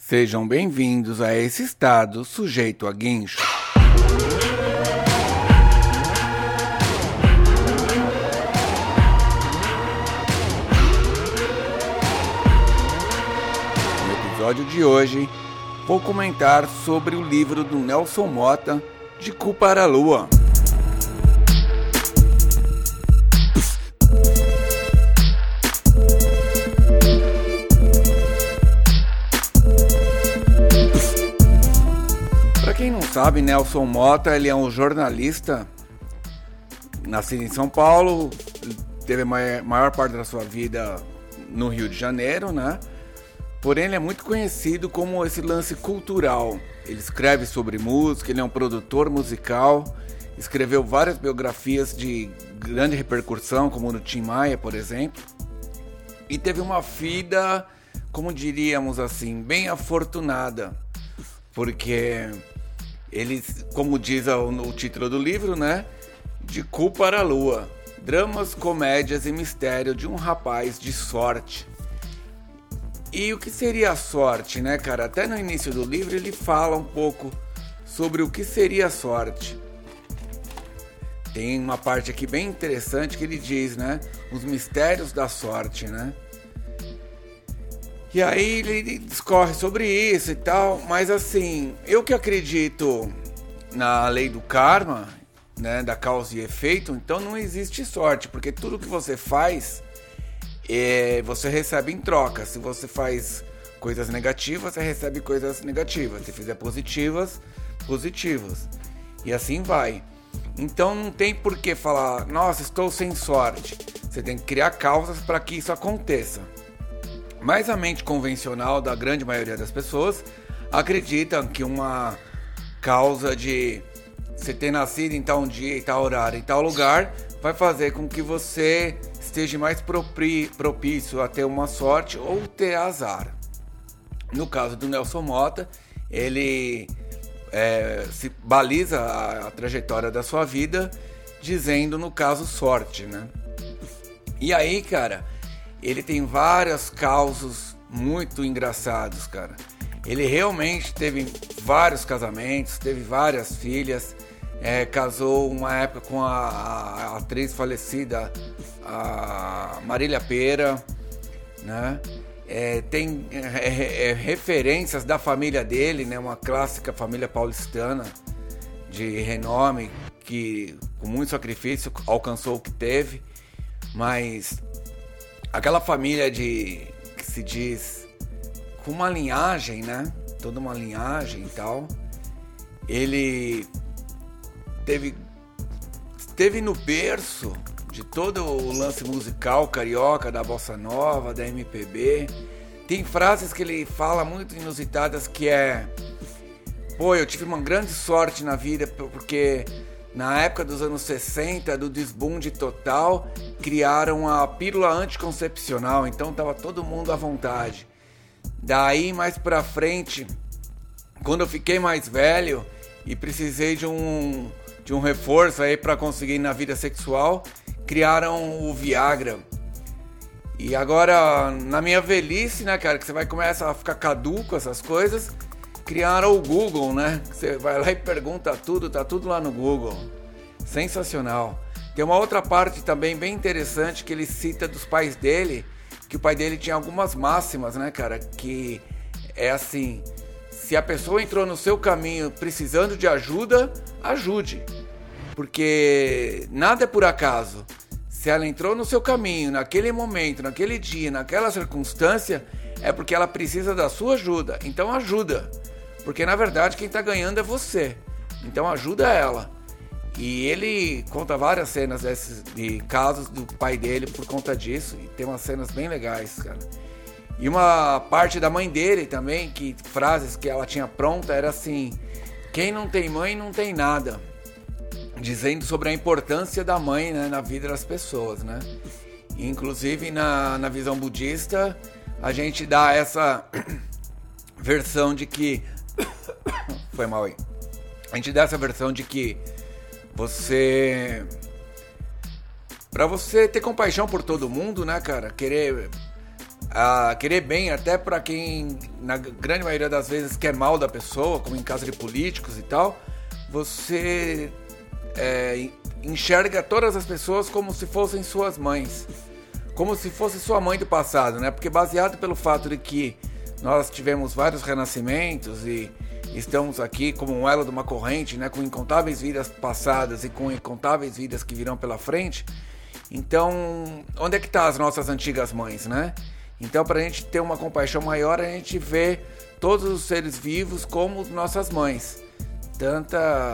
Sejam bem-vindos a esse estado sujeito a guincho. No episódio de hoje, vou comentar sobre o livro do Nelson Motta, De Cu para a Lua. Quem não sabe, Nelson Motta, ele é um jornalista, nascido em São Paulo, teve a maior parte da sua vida no Rio de Janeiro, né? Porém, ele é muito conhecido como esse lance cultural. Ele escreve sobre música, ele é um produtor musical, escreveu várias biografias de grande repercussão, como no Tim Maia, por exemplo, e teve uma vida, como diríamos assim, bem afortunada, porque ele, como diz o título do livro, né? De Cu para a Lua. Dramas, comédias e mistério de um rapaz de sorte. E o que seria a sorte, né, cara? Até no início do livro ele fala um pouco sobre o que seria a sorte. Tem uma parte aqui bem interessante que ele diz, né? Os mistérios da sorte, né? E aí ele discorre sobre isso e tal, mas assim, eu que acredito na lei do karma, né, da causa e efeito, então não existe sorte, porque tudo que você faz, você recebe em troca. Se você faz coisas negativas, você recebe coisas negativas. Se fizer positivas, positivas. E assim vai. Então não tem por que falar, nossa, estou sem sorte. Você tem que criar causas para que isso aconteça. Mas a mente convencional da grande maioria das pessoas acreditam que uma causa de você ter nascido em tal dia, em tal horário, em tal lugar, vai fazer com que você esteja mais propício a ter uma sorte ou ter azar. No caso do Nelson Motta, ele se baliza a trajetória da sua vida dizendo, no caso, sorte, né? E aí, cara, ele tem vários causos muito engraçados, cara. Ele realmente teve vários casamentos, teve várias filhas, casou uma época com a atriz falecida, a Marília Pêra, né? Tem referências da família dele, né? Uma clássica família paulistana de renome, que com muito sacrifício alcançou o que teve, mas aquela família que se diz com uma linhagem, né? Toda uma linhagem e tal. Ele esteve no berço de todo o lance musical carioca, da bossa nova, da MPB. Tem frases que ele fala muito inusitadas, que pô, eu tive uma grande sorte na vida, porque na época dos anos 60, do desbunde total, criaram a pílula anticoncepcional, então tava todo mundo à vontade. Daí, mais pra frente, quando eu fiquei mais velho e precisei de um reforço aí pra conseguir ir na vida sexual, criaram o Viagra. E agora, na minha velhice, né, cara, que você vai começar a ficar caduco, essas coisas, criaram o Google, né? Você vai lá e pergunta tudo, tá tudo lá no Google. Sensacional. Tem uma outra parte também bem interessante que ele cita dos pais dele, que o pai dele tinha algumas máximas, né, cara? Que é assim, se a pessoa entrou no seu caminho precisando de ajuda, ajude. Porque nada é por acaso. Se ela entrou no seu caminho, naquele momento, naquele dia, naquela circunstância, é porque ela precisa da sua ajuda. Então ajuda. Porque na verdade quem está ganhando é você. Então ajuda ela. E ele conta várias cenas de casos do pai dele por conta disso. E tem umas cenas bem legais, cara. E uma parte da mãe dele também, que frases que ela tinha pronta, era assim: quem não tem mãe não tem nada. Dizendo sobre a importância da mãe, né, na vida das pessoas, né? E, inclusive na visão budista, a gente dá essa versão de que foi mal aí. A gente dá essa versão de que pra você ter compaixão por todo mundo, né, cara? Querer a querer bem até para quem, na grande maioria das vezes, quer mal da pessoa, como em caso de políticos e tal, você enxerga todas as pessoas como se fossem suas mães, como se fosse sua mãe do passado, né? Porque baseado pelo fato de que nós tivemos vários renascimentos e estamos aqui como um elo de uma corrente, né? Com incontáveis vidas passadas e com incontáveis vidas que virão pela frente. Então, onde é que estão as nossas antigas mães, né? Então, para a gente ter uma compaixão maior, a gente vê todos os seres vivos como nossas mães. Tanto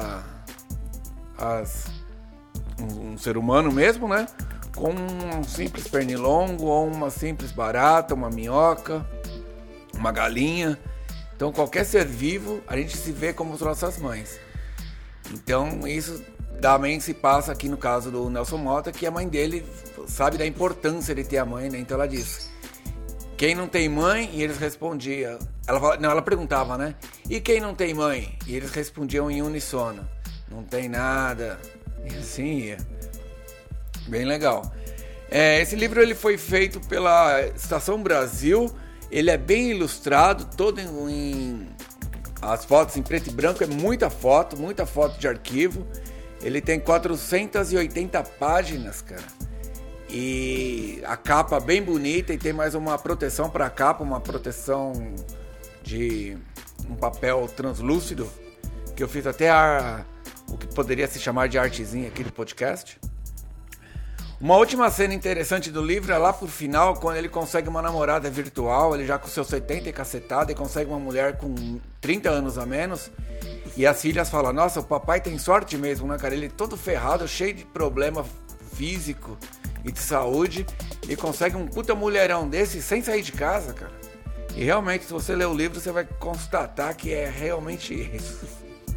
um ser humano mesmo, né? Como um simples pernilongo, ou uma simples barata, uma minhoca, uma galinha. Então, qualquer ser vivo, a gente se vê como as nossas mães. Então, isso também se passa aqui no caso do Nelson Motta, que a mãe dele sabe da importância de ter a mãe, né? Então ela diz... Quem não tem mãe? E eles respondiam. Ela perguntava, né? E quem não tem mãe? E eles respondiam em uníssono. Não tem nada. E assim ia. Bem legal. Esse livro ele foi feito pela Estação Brasil. Ele é bem ilustrado, todo as fotos em preto e branco. É muita foto de arquivo. Ele tem 480 páginas, cara. E a capa bem bonita e tem mais uma proteção para a capa, uma proteção de um papel translúcido, que eu fiz até o que poderia se chamar de artezinha aqui do podcast. Uma última cena interessante do livro é lá pro final, quando ele consegue uma namorada virtual, ele já com seus 70 e cacetada, e consegue uma mulher com 30 anos a menos, e as filhas falam, nossa, o papai tem sorte mesmo, né, cara? Ele todo ferrado, cheio de problema físico e de saúde, e consegue um puta mulherão desse sem sair de casa, cara. E realmente, se você ler o livro, você vai constatar que é realmente isso.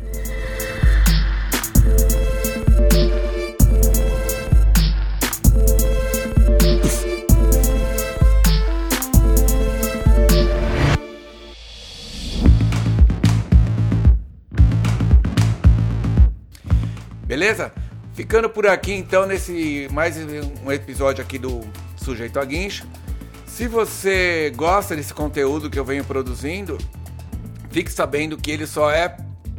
Beleza? Ficando por aqui então nesse mais um episódio aqui do Sujeito a Guincho. Se você gosta desse conteúdo que eu venho produzindo, fique sabendo que ele só é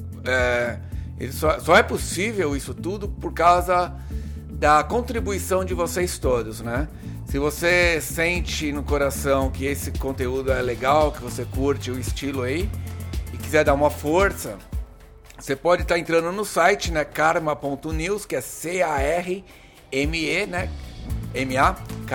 possível isso tudo por causa da contribuição de vocês todos, né? Se você sente no coração que esse conteúdo é legal, que você curte o estilo aí e quiser dar uma força, você pode estar entrando no site, né, karma.news, que é C-A-R-M-E, né, M-A,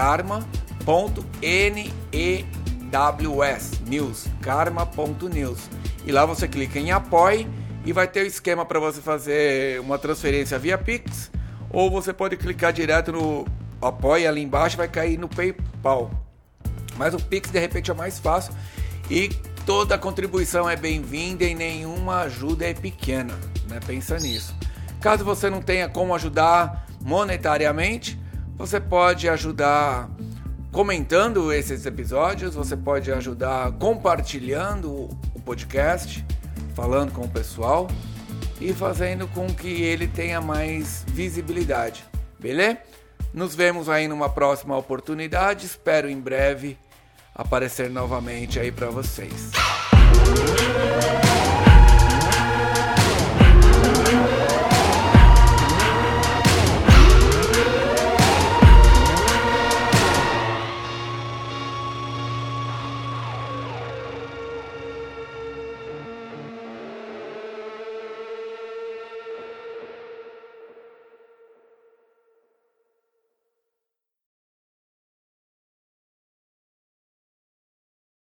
karma.N-E-W-S, news, karma.news. E lá você clica em apoie e vai ter o esquema para você fazer uma transferência via Pix, ou você pode clicar direto no apoie ali embaixo, vai cair no PayPal. Mas o Pix de repente é mais fácil e toda contribuição é bem-vinda e nenhuma ajuda é pequena, né? Pensa nisso. Caso você não tenha como ajudar monetariamente, você pode ajudar comentando esses episódios, você pode ajudar compartilhando o podcast, falando com o pessoal e fazendo com que ele tenha mais visibilidade, beleza? Nos vemos aí numa próxima oportunidade, espero em breve aparecer novamente aí para vocês.